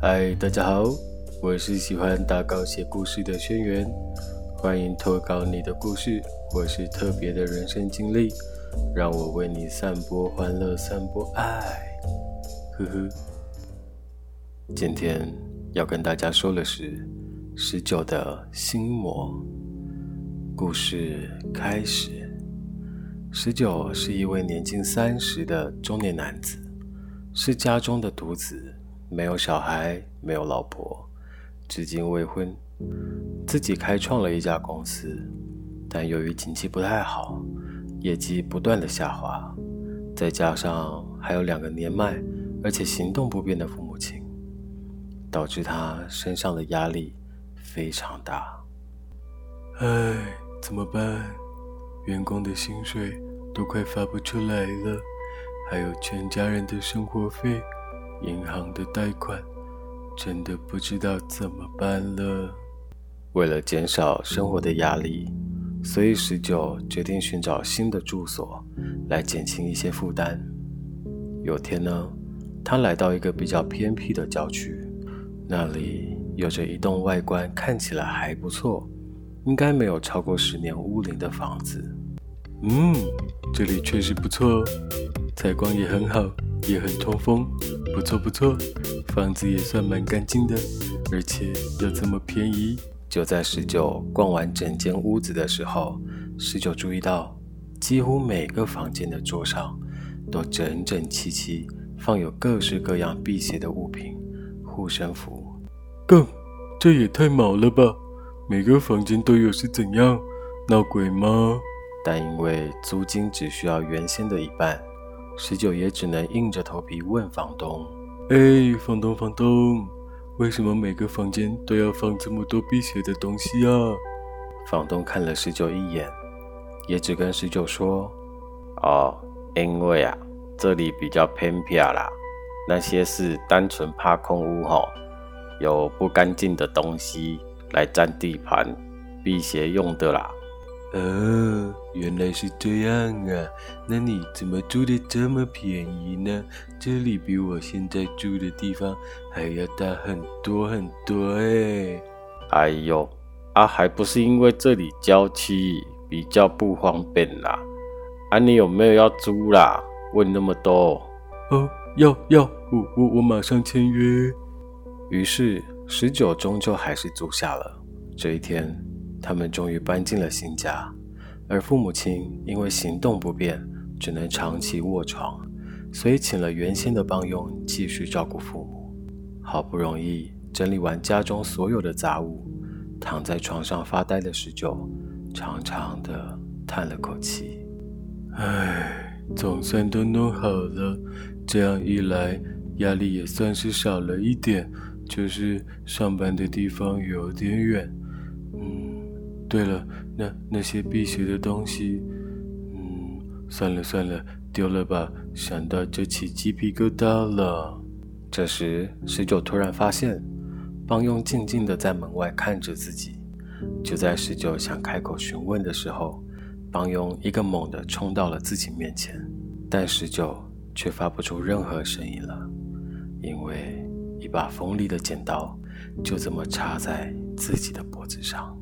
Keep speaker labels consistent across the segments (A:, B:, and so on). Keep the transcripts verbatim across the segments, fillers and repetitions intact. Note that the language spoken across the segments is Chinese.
A: 嗨，大家好，我是喜欢打稿写故事的轩辕，欢迎投稿你的故事或是特别的人生经历，让我为你散播欢乐，散播爱。呵呵。今天要跟大家说的是十九的心魔。故事开始。十九是一位年近三十的中年男子，是家中的独子，没有小孩，没有老婆，至今未婚。自己开创了一家公司，但由于景气不太好，业绩不断的下滑，再加上还有两个年迈而且行动不便的父母亲，导致他身上的压力非常大。唉，怎么办？员工的薪水都快发不出来了，还有全家人的生活费，银行的贷款，真的不知道怎么办了。为了减少生活的压力，所以十九决定寻找新的住所来减轻一些负担。有天呢，他来到一个比较偏僻的郊区，那里有着一栋外观看起来还不错，应该没有超过十年屋龄的房子。嗯，这里确实不错哦，采光也很好，也很通风，不错不错，房子也算蛮干净的，而且又这么便宜。就在十九逛完整间屋子的时候，十九注意到几乎每个房间的桌上都整整齐齐放有各式各样辟邪的物品、护身符。干，这也太毛了吧，每个房间都有是怎样？闹鬼吗？但因为租金只需要原先的一半，十九也只能硬着头皮问房东：哎，房东房东，为什么每个房间都要放这么多辟邪的东西啊？房东看了十九一眼，也只跟十九说：哦，因为啊，这里比较偏僻啦，那些是单纯怕空屋吼，有不干净的东西来占地盘，辟邪用的啦。哦，原来是这样啊，那你怎么住的这么便宜呢？这里比我现在住的地方还要大很多很多欸。哎呦，啊还不是因为这里郊区比较不方便啦。啊你有没有要租啦？问那么多。哦，要要，我我我马上签约。于是十九终究还是租下了。这一天，他们终于搬进了新家，而父母亲因为行动不便，只能长期卧床，所以请了原先的帮佣继续照顾父母。好不容易整理完家中所有的杂物，躺在床上发呆的十九长长的叹了口气。唉，总算都弄好了，这样一来压力也算是少了一点，就是上班的地方有点远。嗯，对了，那那些辟邪的东西，嗯，算了算了，丢了吧，想到就起鸡皮疙瘩了。这时十九突然发现帮佣静静地在门外看着自己。就在十九想开口询问的时候，帮佣一个猛地冲到了自己面前，但十九却发不出任何声音了，因为一把锋利的剪刀就这么插在自己的脖子上。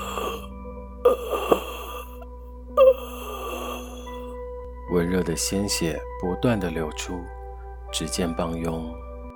A: 温热的鲜血不断地流出，只见帮佣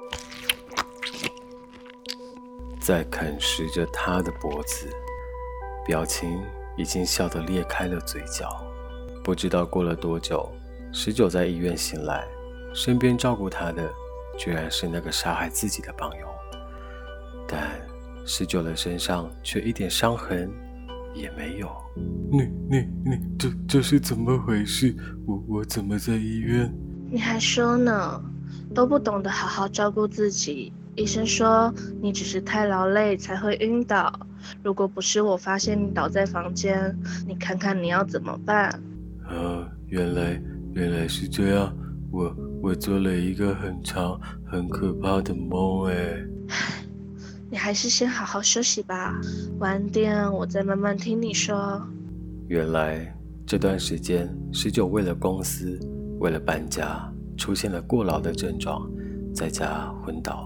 A: 在啃食着他的脖子，表情已经笑得裂开了嘴角。不知道过了多久，十九在医院醒来，身边照顾他的居然是那个杀害自己的帮佣，但十九的身上却一点伤痕也没有。你你你这这是怎么回事？我我怎么在医院？
B: 你还说呢，都不懂得好好照顾自己。医生说你只是太劳累才会晕倒，如果不是我发现你倒在房间，你看看你要怎么办？
A: 啊，原来原来是这样，我我做了一个很长很可怕的梦哎。
B: 你还是先好好休息吧，晚点我再慢慢听你说。
A: 原来这段时间十九为了公司，为了搬家，出现了过劳的症状，在家昏倒，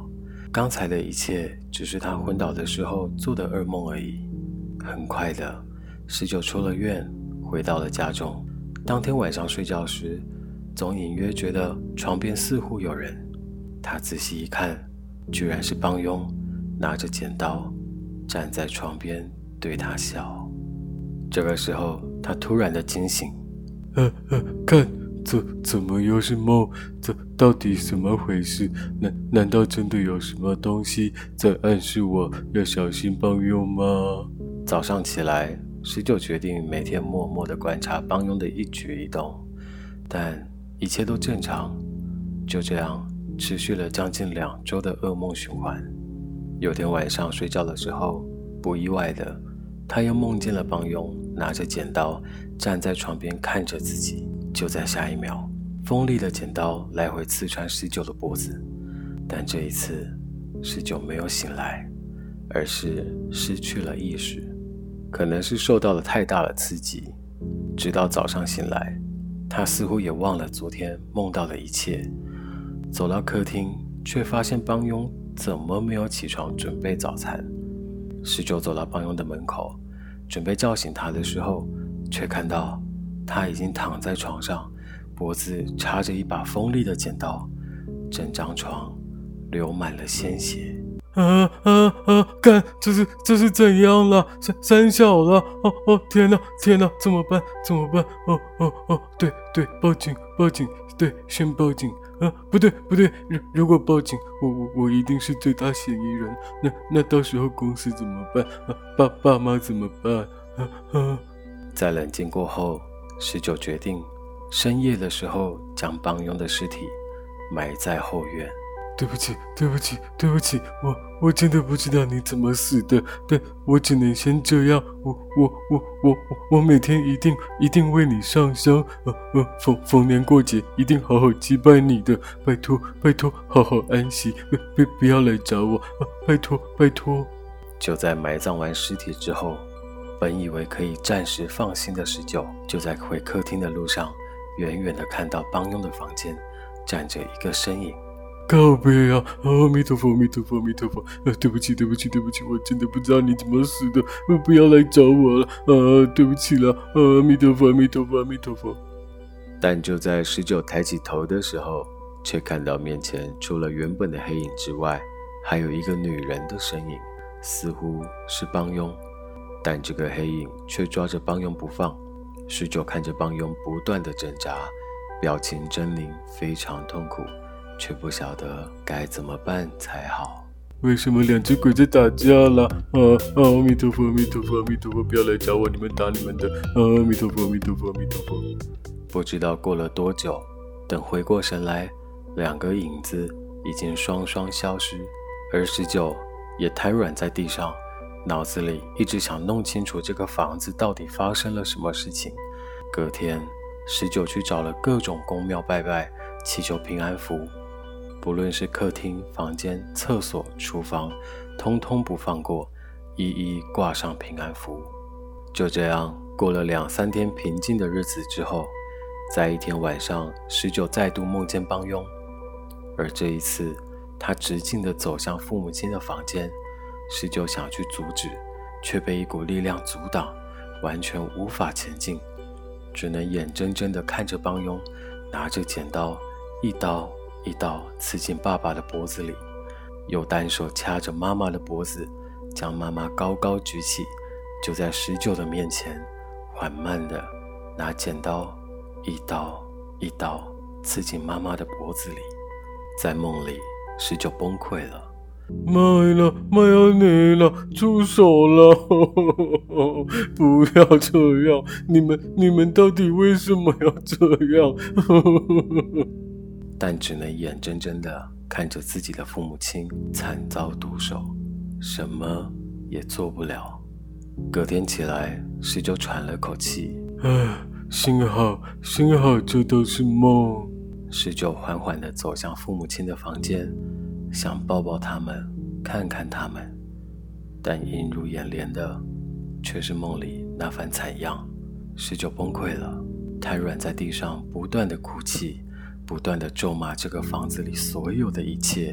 A: 刚才的一切只是他昏倒的时候做的噩梦而已。很快的，十九出了院，回到了家中。当天晚上睡觉时，总隐约觉得床边似乎有人。他仔细一看，居然是帮佣拿着剪刀站在床边对他笑。这个时候他突然的惊醒，呃呃，看，怎怎么又是梦？这到底什么回事？难难道真的有什么东西在暗示我要小心帮佣吗？早上起来，十九决定每天默默地观察帮佣的一举一动，但一切都正常。就这样持续了将近两周的噩梦循环。有天晚上睡觉的时候，不意外的，他又梦见了帮佣拿着剪刀站在床边看着自己。就在下一秒，锋利的剪刀来回刺穿十九的脖子，但这一次十九没有醒来，而是失去了意识，可能是受到了太大的刺激。直到早上醒来，他似乎也忘了昨天梦到的一切。走到客厅，却发现帮佣怎么没有起床准备早餐。十九走到帮佣的门口，准备叫醒他的时候，却看到他已经躺在床上，脖子插着一把锋利的剪刀，整张床流满了鲜血。啊啊啊！干，这是这是怎样了？三三小了！哦哦，天哪天哪，怎么办怎么办？哦哦哦，对对，报警报警，对，先报警。啊，不对不对，如如果报警，我我我一定是最大嫌疑人。那那到时候公司怎么办？啊，爸爸妈怎么办？啊啊！在冷静过后，十九决定深夜的时候将帮佣的尸体埋在后院。对不起对不起对不起，我我真的不知道你怎么死的，但我只能先这样。我我我我我每天一定一定为你上香，呃呃，逢逢年过节一定好好祭拜你的，拜托拜托，好好安息，别别不要来找我，啊，拜托拜托。就在埋葬完尸体之后，本以为可以暂时放心的十九，就在回客厅的路上，远远的看到帮佣的房间站着一个身影。告别啊！阿弥陀佛，阿弥陀佛，阿弥陀佛！呃，对不起，对不起，对不起，我真的不知道你怎么死的，呃，不要来找我了，啊，对不起了，阿弥陀佛，阿弥陀佛，阿弥陀佛。但就在十九抬起头的时候，却看到面前除了原本的黑影之外，还有一个女人的身影，似乎是帮佣，但这个黑影却抓着帮佣不放。十九看着帮佣不断的挣扎，表情狰狞，非常痛苦，却不晓得该怎么办才好。为什么两只鬼在打架了？啊啊！阿弥陀佛，阿弥陀佛，阿弥陀佛！不要来找我，你们打你们的！啊，阿弥陀佛，阿弥陀佛，阿弥陀佛！不知道过了多久，等回过神来，两个影子已经双双消失，而十九也瘫软在地上，脑子里一直想弄清楚这个房子到底发生了什么事情。隔天，十九去找了各种宫庙拜拜，祈求平安符。不论是客厅、房间、厕所、厨房，通通不放过，一一挂上平安符。就这样过了两三天平静的日子之后，在一天晚上，十九再度梦见帮佣，而这一次他直径地走向父母亲的房间。十九想去阻止，却被一股力量阻挡，完全无法前进，只能眼睁睁地看着帮佣拿着剪刀一刀一刀刺进爸爸的脖子里，又单手掐着妈妈的脖子，将妈妈高高举起，就在十九的面前缓慢地拿剪刀一刀一刀刺进妈妈的脖子里。在梦里，十九崩溃了，妈呀，妈呀，你了，出手了！呵呵呵，不要这样，你们你们到底为什么要这样？呵呵呵，但只能眼睁睁地看着自己的父母亲惨遭毒手，什么也做不了。隔天起来，十九喘了口气，唉，幸好幸好这都是梦。十九缓缓地走向父母亲的房间，想抱抱他们，看看他们，但映入眼帘的却是梦里那番惨样。十九崩溃了，瘫软在地上，不断地哭泣，不断地咒骂这个房子里所有的一切。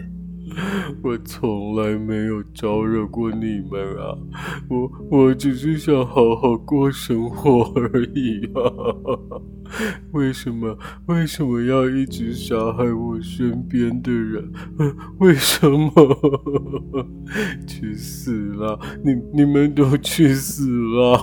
A: 我从来没有招惹过你们啊，我我只是想好好过生活而已啊！为什么为什么要一直杀害我身边的人？呃、为什么？去死啦！你你们都去死啦！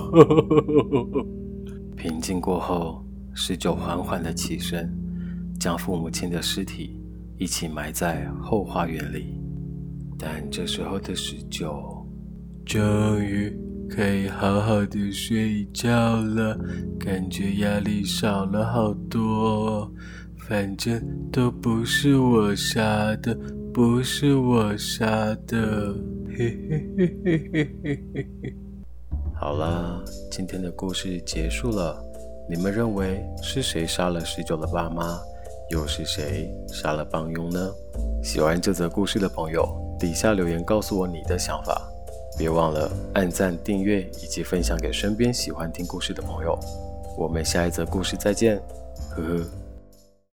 A: 平静过后，十九缓缓地起身，将父母亲的尸体一起埋在后花园里。但这时候的十九终于可以好好的睡一觉了，感觉压力少了好多。反正都不是我杀的，不是我杀的。嘿嘿嘿嘿嘿嘿嘿嘿。好啦，今天的故事结束了。你们认为是谁杀了十九的爸妈？又是谁杀了帮佣呢？喜欢这则故事的朋友，底下留言告诉我你的想法。别忘了按赞、订阅以及分享给身边喜欢听故事的朋友。我们下一则故事再见，呵呵。